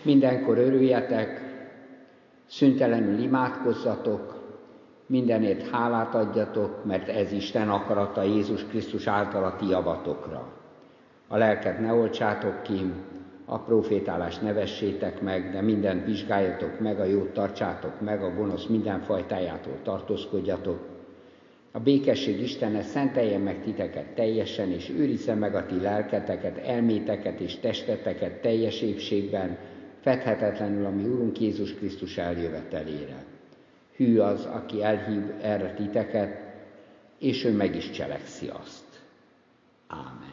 Mindenkor örüljetek, szüntelenül imádkozzatok, mindenért hálát adjatok, mert ez Isten akarata Jézus Krisztus által a ti javatokra. A lelket ne oltsátok ki, a profétálást ne vessétek meg, de mindent vizsgáljatok meg, a jót tartsátok meg, a gonosz mindenfajtájától tartózkodjatok. A békesség Istene szentelje meg titeket teljesen, és őrizze meg a ti lelketeket, elméteket és testeteket teljes épségben, fedhetetlenül a mi Urunk Jézus Krisztus eljövetelére. Hű az, aki elhív erre titeket, és ő meg is cselekszi azt. Ámen.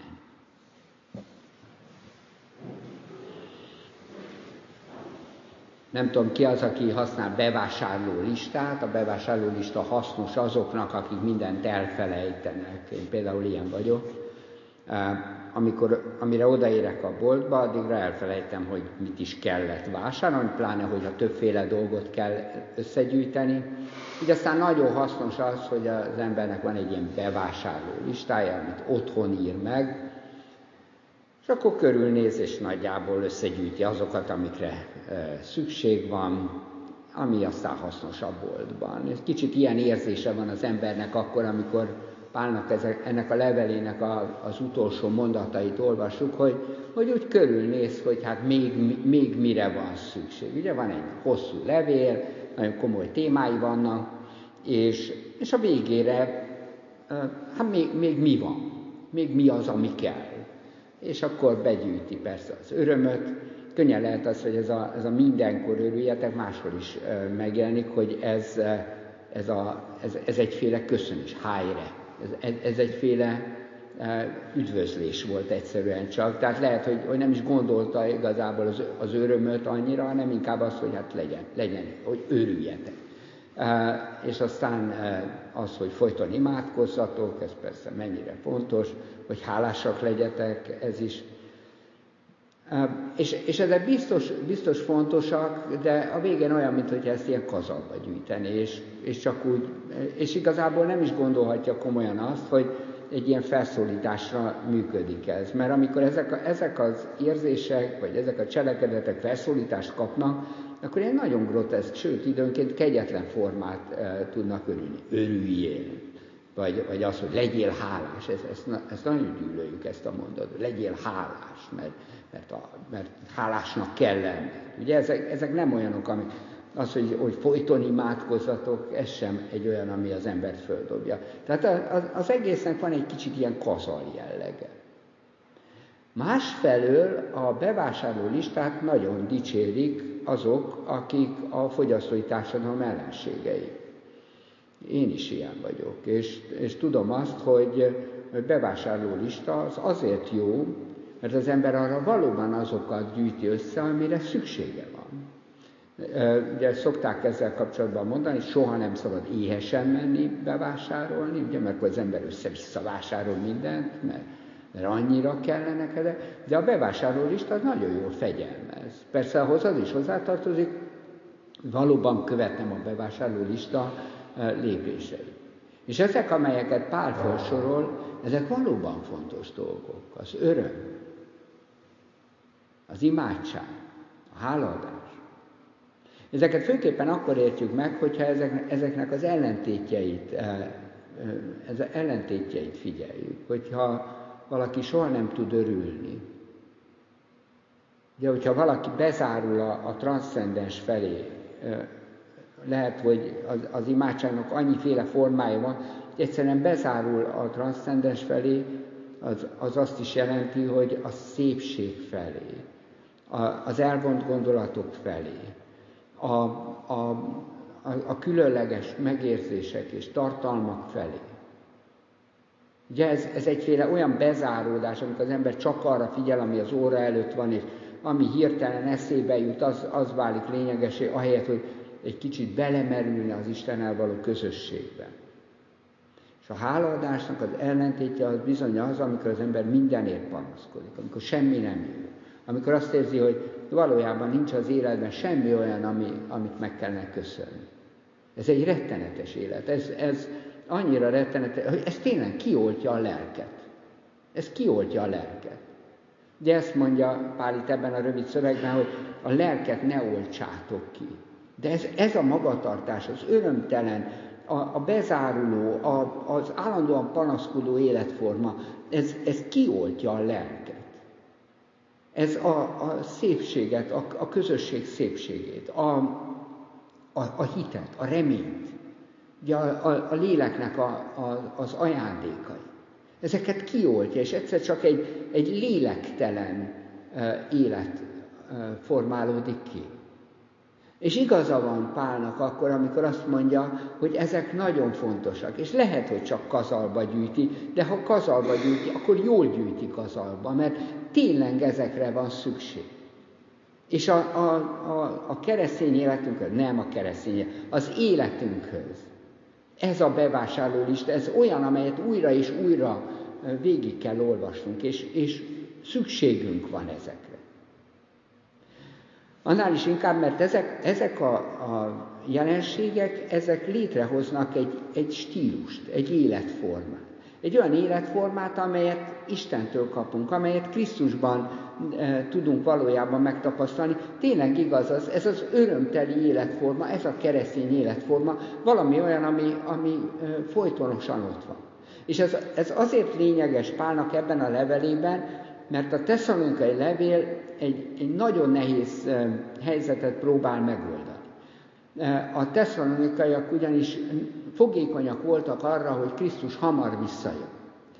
Nem tudom, ki az, aki használ bevásárló listát. A bevásárló lista hasznos azoknak, akik mindent elfelejtenek. Én például ilyen vagyok. Amire odaérek a boltba, addigra elfelejtem, hogy mit is kellett vásárolni, pláne, hogyha többféle dolgot kell összegyűjteni. Így aztán nagyon hasznos az, hogy az embernek van egy ilyen bevásárló listája, amit otthon ír meg, és akkor körülnéz, és nagyjából összegyűjti azokat, amikre szükség van, ami aztán hasznos a boltban. Kicsit ilyen érzése van az embernek akkor, amikor Pálnak ennek a levelének az utolsó mondatait olvassuk, hogy úgy körülnéz, hogy hát még mire van szükség. Ugye van egy hosszú levél, nagyon komoly témái vannak, és a végére hát még mi van, még mi az, ami kell. És akkor begyűjti persze az örömöt. Könnyen lehet az, hogy ez a mindenkor örüljetek máshol is megjelenik, hogy ez egyféle köszönés, hájre. Ez egyféle üdvözlés volt egyszerűen csak. Tehát lehet, hogy nem is gondolta igazából az örömöt annyira, hanem inkább az, hogy hát legyen, hogy örüljetek. És aztán az, hogy folyton imádkozzatok, ez persze mennyire fontos, hogy hálásak legyetek, ez is. És ezek biztos fontosak, de a végén olyan, mintha ezt ilyen kazalba gyűjteni, és csak úgy, és igazából nem is gondolhatja komolyan azt, hogy egy ilyen felszólításra működik ez. Mert amikor ezek az érzések, vagy ezek a cselekedetek felszólítást kapnak, akkor ilyen nagyon groteszk, sőt időnként kegyetlen formát tudnak örüljél. Vagy az, hogy legyél hálás, ezt nagyon gyűlöljük, ezt a mondatot, legyél hálás, mert hálásnak kell lenni. Ugye ezek nem olyanok, amik az, hogy folyton imádkozzatok, ez sem egy olyan, ami az embert földobja. Tehát az egésznek van egy kicsit ilyen kazal jellege. Másfelől a bevásárló listát nagyon dicsérik azok, akik a fogyasztói társadalom ellenségei. Én is ilyen vagyok, és tudom azt, hogy bevásárló lista az azért jó, mert az ember arra valóban azokat gyűjti össze, amire szüksége van. Ugye szokták ezzel kapcsolatban mondani, hogy soha nem szabad éhesen menni bevásárolni, ugye, mert az ember össze-vissza vásárol mindent, mert annyira kellene neked, de a bevásárló lista az nagyon jól fegyelmez. Persze ahhoz az is hozzátartozik, valóban követnem a bevásárló lista lépéseit. És ezek, amelyeket Pál felsorol, ezek valóban fontos dolgok. Az öröm, az imádság, a hálaadás. Ezeket főképpen akkor értjük meg, hogyha ezeknek az ellentétjeit figyeljük. Hogyha valaki soha nem tud örülni. Ugye, hogyha valaki bezárul a transzcendens felé, lehet, hogy az imádságnak annyiféle formája van, hogy egyszerűen bezárul a transzcendens felé, az azt is jelenti, hogy a szépség felé, az elvont gondolatok felé, a különleges megérzések és tartalmak felé. Ugye ez egyféle olyan bezáródás, amikor az ember csak arra figyel, ami az óra előtt van, és ami hirtelen eszébe jut, az válik lényegesé, ahelyett, hogy egy kicsit belemerülne az Istennel való közösségbe. És a hálaadásnak az ellentétje az bizony az, amikor az ember mindenért panaszkodik, amikor semmi nem jó. Amikor azt érzi, hogy valójában nincs az életben semmi olyan, amit meg kellene köszönni. Ez egy rettenetes élet. Ez annyira rettenetes, hogy ez tényleg kioltja a lelket. Ez kioltja a lelket. De ezt mondja Pál itt ebben a rövid szövegben, hogy a lelket ne oltsátok ki. De ez a magatartás, az örömtelen, a bezáruló, az állandóan panaszkodó életforma, ez kioltja a lelket. Ez a szépséget, a közösség szépségét, a hitet, a reményt, ugye a léleknek az ajándékai. Ezeket kioltja, és egyszer csak egy lélektelen élet formálódik ki. És igaza van Pálnak akkor, amikor azt mondja, hogy ezek nagyon fontosak. És lehet, hogy csak kazalba gyűjti, de ha kazalba gyűjti, akkor jól gyűjti kazalba, mert tényleg ezekre van szükség. És a keresztény életünkhöz, nem a keresztény, az életünkhöz. Ez a bevásárlólista, ez olyan, amelyet újra és újra végig kell olvasnunk, és szükségünk van ezekre. Annál is inkább, mert ezek a jelenségek, ezek létrehoznak egy stílust, egy életformát. Egy olyan életformát, amelyet Istentől kapunk, amelyet Krisztusban tudunk valójában megtapasztalni. Tényleg igaz, ez az örömteli életforma, ez a keresztény életforma, valami olyan, ami folytonosan ott van. És ez azért lényeges Pálnak ebben a levelében, mert a tesszalonikai levél egy nagyon nehéz helyzetet próbál megoldani. A tesszalonikaiak ugyanis fogékonyak voltak arra, hogy Krisztus hamar visszajön.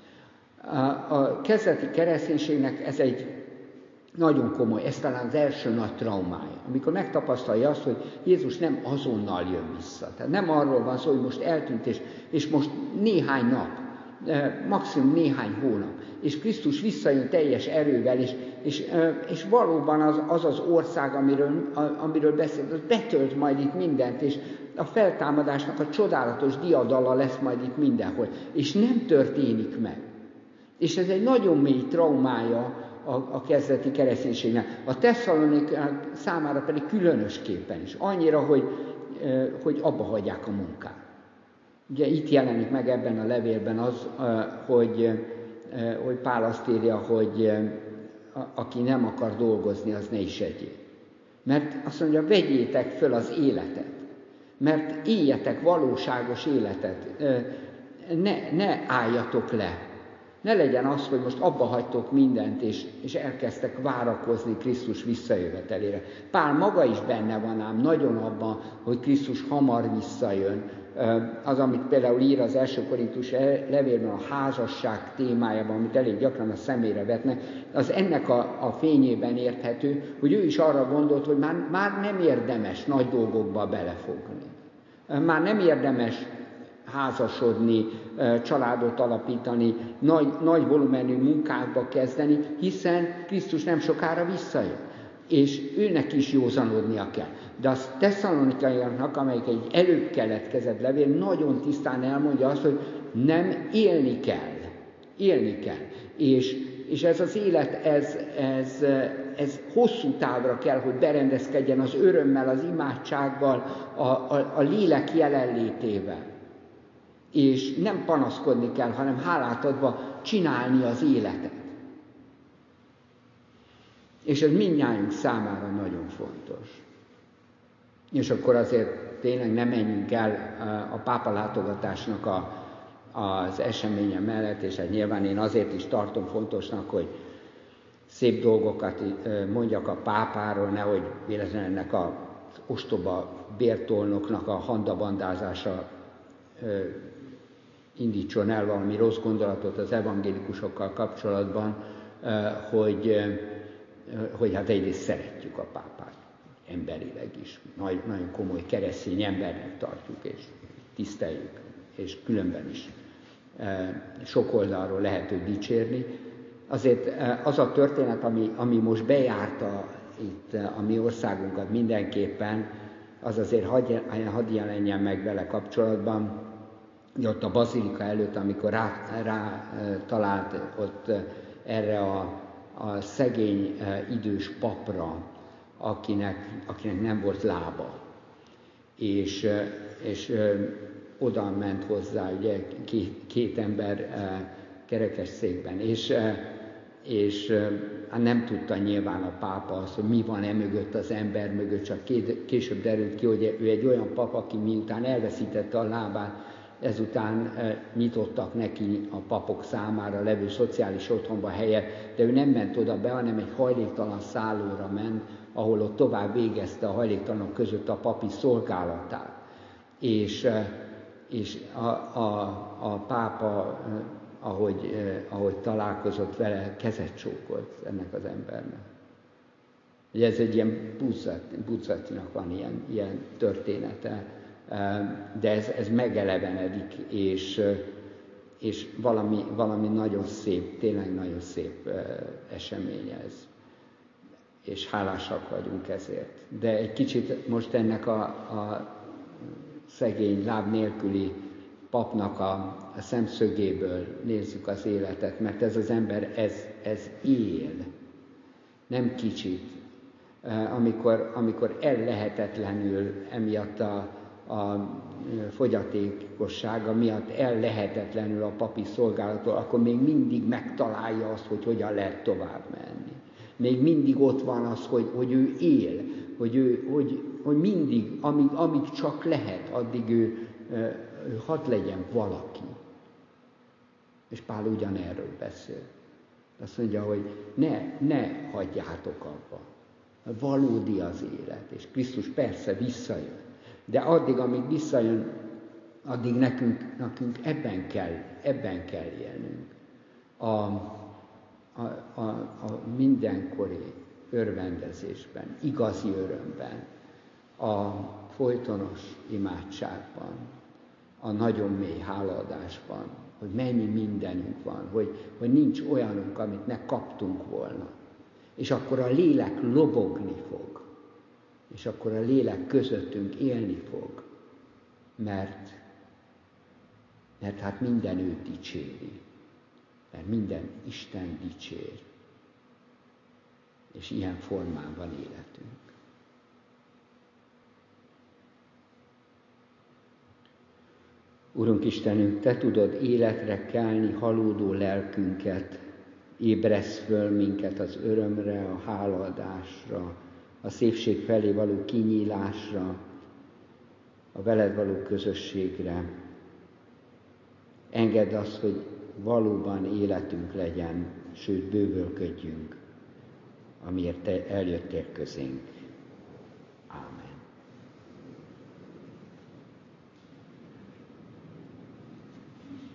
A kezdeti kereszténységnek ez egy nagyon komoly, ez talán az első nagy traumája, amikor megtapasztalja azt, hogy Jézus nem azonnal jön vissza. Tehát nem arról van szó, hogy most eltűnt, és most néhány nap, maximum néhány hónap, és Krisztus visszajön teljes erővel, és valóban az ország, amiről beszélt, az betölt majd itt mindent, és a feltámadásnak a csodálatos diadala lesz majd itt mindenhol, és nem történik meg. És ez egy nagyon mély traumája a kezdeti kereszténységnek. A tesszalonikák számára pedig különösképpen is. Annyira, hogy abba hagyják a munkát. Ugye itt jelenik meg ebben a levélben az, hogy Pál azt írja, hogy aki nem akar dolgozni, az ne is egyél. Mert azt mondja, vegyétek föl az életet. Mert éljetek valóságos életet. Ne álljatok le. Ne legyen az, hogy most abba hagytok mindent, és elkezdtek várakozni Krisztus visszajövetelére. Pál maga is benne van ám nagyon abban, hogy Krisztus hamar visszajön. Az, amit például ír az első Korintus levélben a házasság témájában, amit elég gyakran a szemére vetnek, az ennek a fényében érthető, hogy ő is arra gondolt, hogy már nem érdemes nagy dolgokba belefogni. Már nem érdemes házasodni, családot alapítani, nagy volumenű munkákba kezdeni, hiszen Krisztus nem sokára visszajön. És őnek is józanodnia kell. De a tesszalonikaiaknak, amelyik egy előbb keletkezett levél, nagyon tisztán elmondja azt, hogy nem élni kell. Élni kell. És ez az élet, ez hosszú távra kell, hogy berendezkedjen az örömmel, az imádsággal, a lélek jelenlétével. És nem panaszkodni kell, hanem hálát adva csinálni az életet. És ez mindnyájunk számára nagyon fontos. És akkor azért tényleg nem menjünk el a pápa látogatásnak az eseménye mellett, és hát nyilván én azért is tartom fontosnak, hogy szép dolgokat mondjak a pápáról, nehogy véletlenül ennek az ostoba bértolnoknak a handabandázása indítson el valami rossz gondolatot az evangélikusokkal kapcsolatban, hogy hát egyrészt szeretjük a pápát, emberileg is. Nagyon komoly keresztény embernek tartjuk, és tiszteljük, és különben is sok oldalról lehet őt dicsérni. Azért az a történet, ami most bejárta itt a mi országunkat mindenképpen, az azért hadd jelenjen meg vele kapcsolatban, ott a bazilika előtt, amikor rá talált ott erre a szegény idős papra, akinek nem volt lába. És oda ment hozzá, ugye két ember kerekesszékben, és nem tudta nyilván a pápa azt, hogy mi van mögött az ember mögött, csak később derült ki, hogy ő egy olyan pap, aki miután elveszítette a lábát, ezután nyitottak neki a papok számára levő szociális otthonba helyet, de ő nem ment oda be, hanem egy hajléktalan szállóra ment, ahol ott tovább végezte a hajléktalanok között a papi szolgálatát. És a pápa, ahogy találkozott vele, kezet csókolt ennek az embernek. Ugye ez egy ilyen Buzzatinak van ilyen története, de ez megelevenedik, és valami nagyon szép, tényleg nagyon szép esemény ez. És hálásak vagyunk ezért. De egy kicsit most ennek a szegény, láb nélküli papnak a szemszögéből nézzük az életet, mert ez az ember, ez él. Nem kicsit. Amikor ellehetetlenül emiatt a fogyatékossága miatt ellehetetlenül a papi szolgálattól, akkor még mindig megtalálja azt, hogy hogyan lehet tovább menni. Még mindig ott van az, hogy ő él, hogy mindig, amíg csak lehet, addig ő hadd legyen valaki. És Pál ugyanerről beszél. Azt mondja, hogy ne hagyjátok abba. Valódi az élet, és Krisztus persze visszajön. De addig, amíg visszajön, addig nekünk ebben kell élnünk. A mindenkori örvendezésben, igazi örömben, a folytonos imádságban, a nagyon mély hálaadásban, hogy mennyi mindenünk van, hogy nincs olyanunk, amit ne kaptunk volna. És akkor a lélek lobogni fog, és akkor a lélek közöttünk élni fog, mert hát minden őt dicséri, mert minden Isten dicsér, és ilyen formán van életünk. Urunk Istenünk, Te tudod életre kelni halódó lelkünket, ébresz föl minket az örömre, a hálaadásra, a szépség felé való kinyílásra, a veled való közösségre. Engedd azt, hogy valóban életünk legyen, sőt bővölködjünk, amiért Te eljöttél közénk.